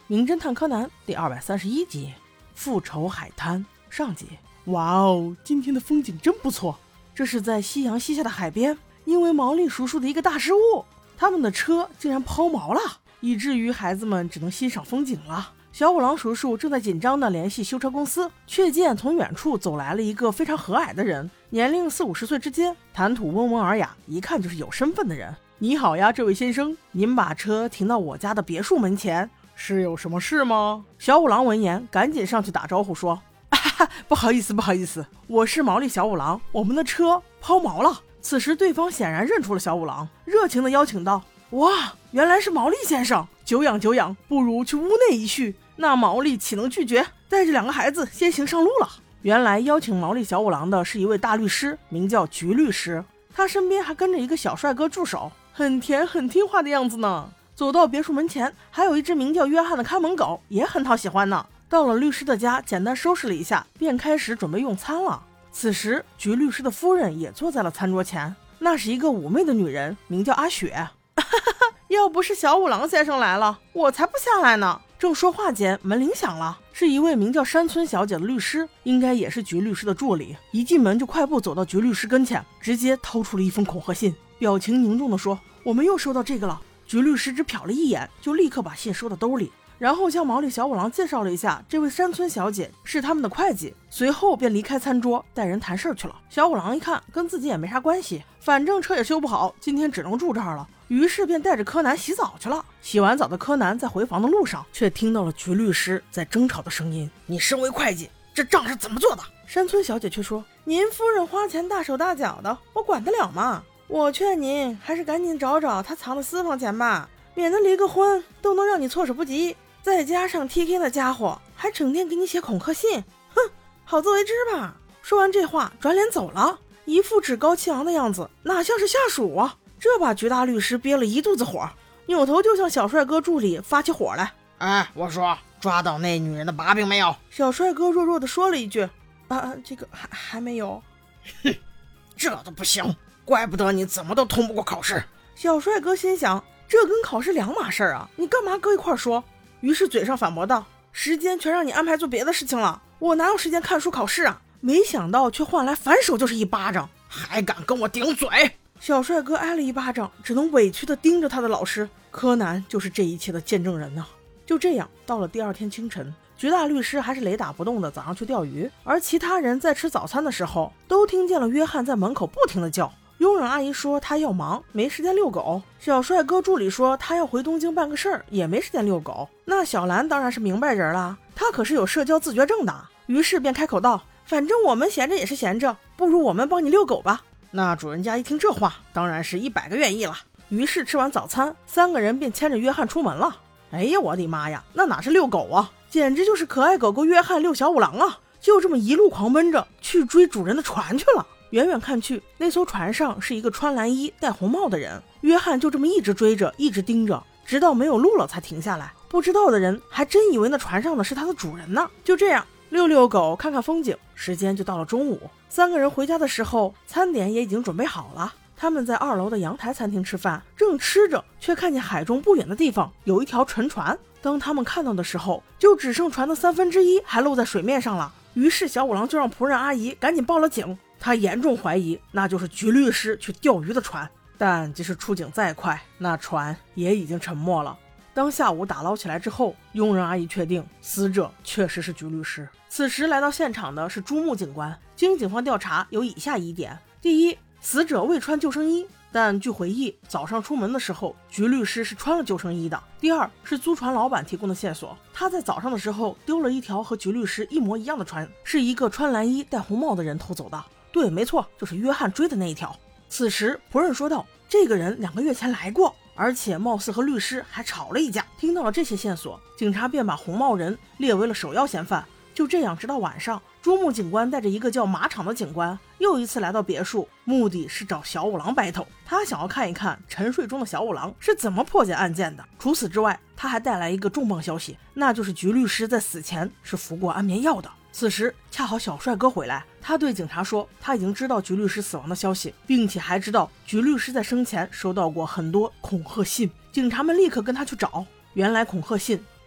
名侦探柯南第231集，复仇海滩上集。哇哦，今天的风景真不错。这是在夕阳西下的海边，因为毛利叔叔的一个大失误，他们的车竟然抛锚了，以至于孩子们只能欣赏风景了。小五郎叔叔正在紧张地联系修车公司，却见从远处走来了一个非常和蔼的人，年龄40-50岁之间，谈吐温文尔雅，一看就是有身份的人。你好呀，这位先生，您把车停到我家的别墅门前，是有什么事吗？小五郎闻言赶紧上去打招呼说，不好意思，我是毛利小五郎，我们的车抛锚了。此时对方显然认出了小五郎，热情地邀请道，哇，原来是毛利先生，久仰，不如去屋内一叙。那毛利岂能拒绝，带着2个孩子先行上路了。原来邀请毛利小五郎的是一位大律师，名叫菊律师，他身边还跟着一个小帅哥助手，很甜很听话的样子呢。走到别墅门前，还有一只名叫约翰的看门狗，也很讨喜欢呢。到了律师的家，简单收拾了一下，便开始准备用餐了。此时菊律师的夫人也坐在了餐桌前，那是一个妩媚的女人，名叫阿雪。要不是小五郎先生来了，我才不下来呢。正说话间，门铃响了，是一位名叫山村小姐的律师，应该也是菊律师的助理。一进门就快步走到菊律师跟前，直接掏出了一封恐吓信，表情凝重地说，我们又收到这个了。菊律师只瞟了一眼，就立刻把信收到兜里，然后向毛利小五郎介绍了一下这位山村小姐是他们的会计，随后便离开餐桌带人谈事去了。小五郎一看跟自己也没啥关系，反正车也修不好，今天只能住这儿了，于是便带着柯南洗澡去了。洗完澡的柯南在回房的路上，却听到了菊律师在争吵的声音，你身为会计，这账是怎么做的？山村小姐却说，您夫人花钱大手大脚的，我管得了吗？我劝您还是赶紧找找他藏的私房钱吧，免得离个婚都能让你措手不及。再加上 TK 的家伙还整天给你写恐吓信，哼，好自为之吧。说完这话转脸走了，一副趾高气昂的样子，哪像是下属啊。这把菊大律师憋了一肚子火，扭头就向小帅哥助理发起火来。 我说抓到那女人的把柄没有？ 小帅哥弱弱地说了一句，这个还没有。 哼，这都不行，怪不得你怎么都通不过考试。 小帅哥心想，这跟考试两码事啊，你干嘛搁一块说？于是嘴上反驳道，时间全让你安排做别的事情了，我哪有时间看书考试啊？没想到却换来反手就是一巴掌， 还敢跟我顶嘴？ 小帅哥挨了一巴掌，只能委屈地盯着他的老师。柯南就是这一切的见证人啊。就这样，到了第二天清晨，菊大律师还是雷打不动的早上去钓鱼，而其他人在吃早餐的时候，都听见了约翰在门口不停地叫。佣人阿姨说他要忙，没时间遛狗。小帅哥助理说他要回东京办个事儿，也没时间遛狗。那小兰当然是明白人了，他可是有社交自觉症的，于是便开口道，反正我们闲着也是闲着，不如我们帮你遛狗吧。那主人家一听这话，当然是100个愿意了。于是吃完早餐，3个人便牵着约翰出门了。哎呀，我的妈呀，那哪是遛狗啊，简直就是可爱狗狗约翰遛小五郎啊！就这么一路狂奔着去追主人的船去了。远远看去，那艘船上是一个穿蓝衣戴红帽的人，约翰就这么一直追着，一直盯着，直到没有路了才停下来。不知道的人还真以为那船上的是他的主人呢。就这样遛遛狗，看看风景，时间就到了中午。3个人回家的时候，餐点也已经准备好了。他们在2楼的阳台餐厅吃饭，正吃着，却看见海中不远的地方有一条沉船。当他们看到的时候，就只剩船的1/3还露在水面上了。于是小五郎就让仆人阿姨赶紧报了警。他严重怀疑那就是菊律师去钓鱼的船，但即使出警再快，那船也已经沉没了。当下午打捞起来之后，佣人阿姨确定死者确实是菊律师。此时来到现场的是朱木警官。经警方调查，有以下疑点：第一，死者未穿救生衣，但据回忆，早上出门的时候菊律师是穿了救生衣的。第二，是租船老板提供的线索，他在早上的时候丢了一条和菊律师一模一样的船，是一个穿蓝衣戴红帽的人偷走的。对，没错，就是约翰追的那一条。此时仆人说道，这个人2个月前来过，而且貌似和律师还吵了一架。听到了这些线索，警察便把红帽人列为了首要嫌犯。就这样直到晚上，朱木警官带着一个叫马场的警官又一次来到别墅，目的是找小五郎 battle。 他想要看一看沉睡中的小五郎是怎么破解案件的。除此之外，他还带来一个重磅消息，那就是菊律师在死前是服过安眠药的。此时恰好小帅哥回来，他对警察说他已经知道菊律师死亡的消息，并且还知道菊律师在生前收到过很多恐吓信。警察们立刻跟他去找，原来恐吓信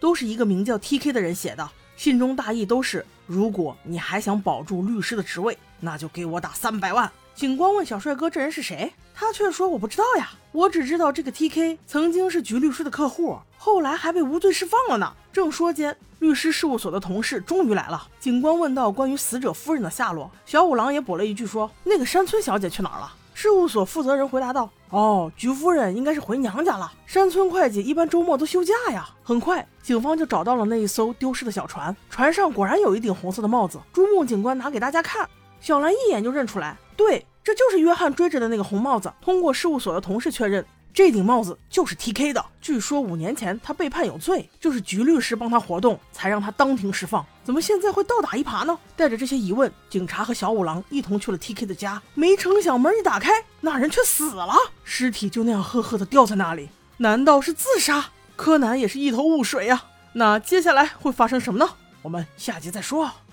都是一个名叫 TK 的人写的。信中大意都是，如果你还想保住律师的职位，那就给我打300万。警官问小帅哥这人是谁，他却说我不知道呀，我只知道这个 TK 曾经是菊律师的客户，后来还被无罪释放了呢。正说间，律师事务所的同事终于来了。警官问到关于死者夫人的下落，小五郎也补了一句说，那个山村小姐去哪儿了？事务所负责人回答道，菊夫人应该是回娘家了，山村会计一般周末都休假呀。很快警方就找到了那一艘丢失的小船，船上果然有一顶红色的帽子。朱木警官拿给大家看，小兰一眼就认出来，对，这就是约翰追着的那个红帽子。通过事务所的同事确认，这顶帽子就是 TK 的。据说5年前他被判有罪，就是菊律师帮他活动，才让他当庭释放。怎么现在会倒打一耙呢？带着这些疑问，警察和小五郎一同去了 TK 的家，没成想门一打开，那人却死了，尸体就那样赫赫的吊在那里。难道是自杀？柯南也是一头雾水啊。那接下来会发生什么呢？我们下集再说。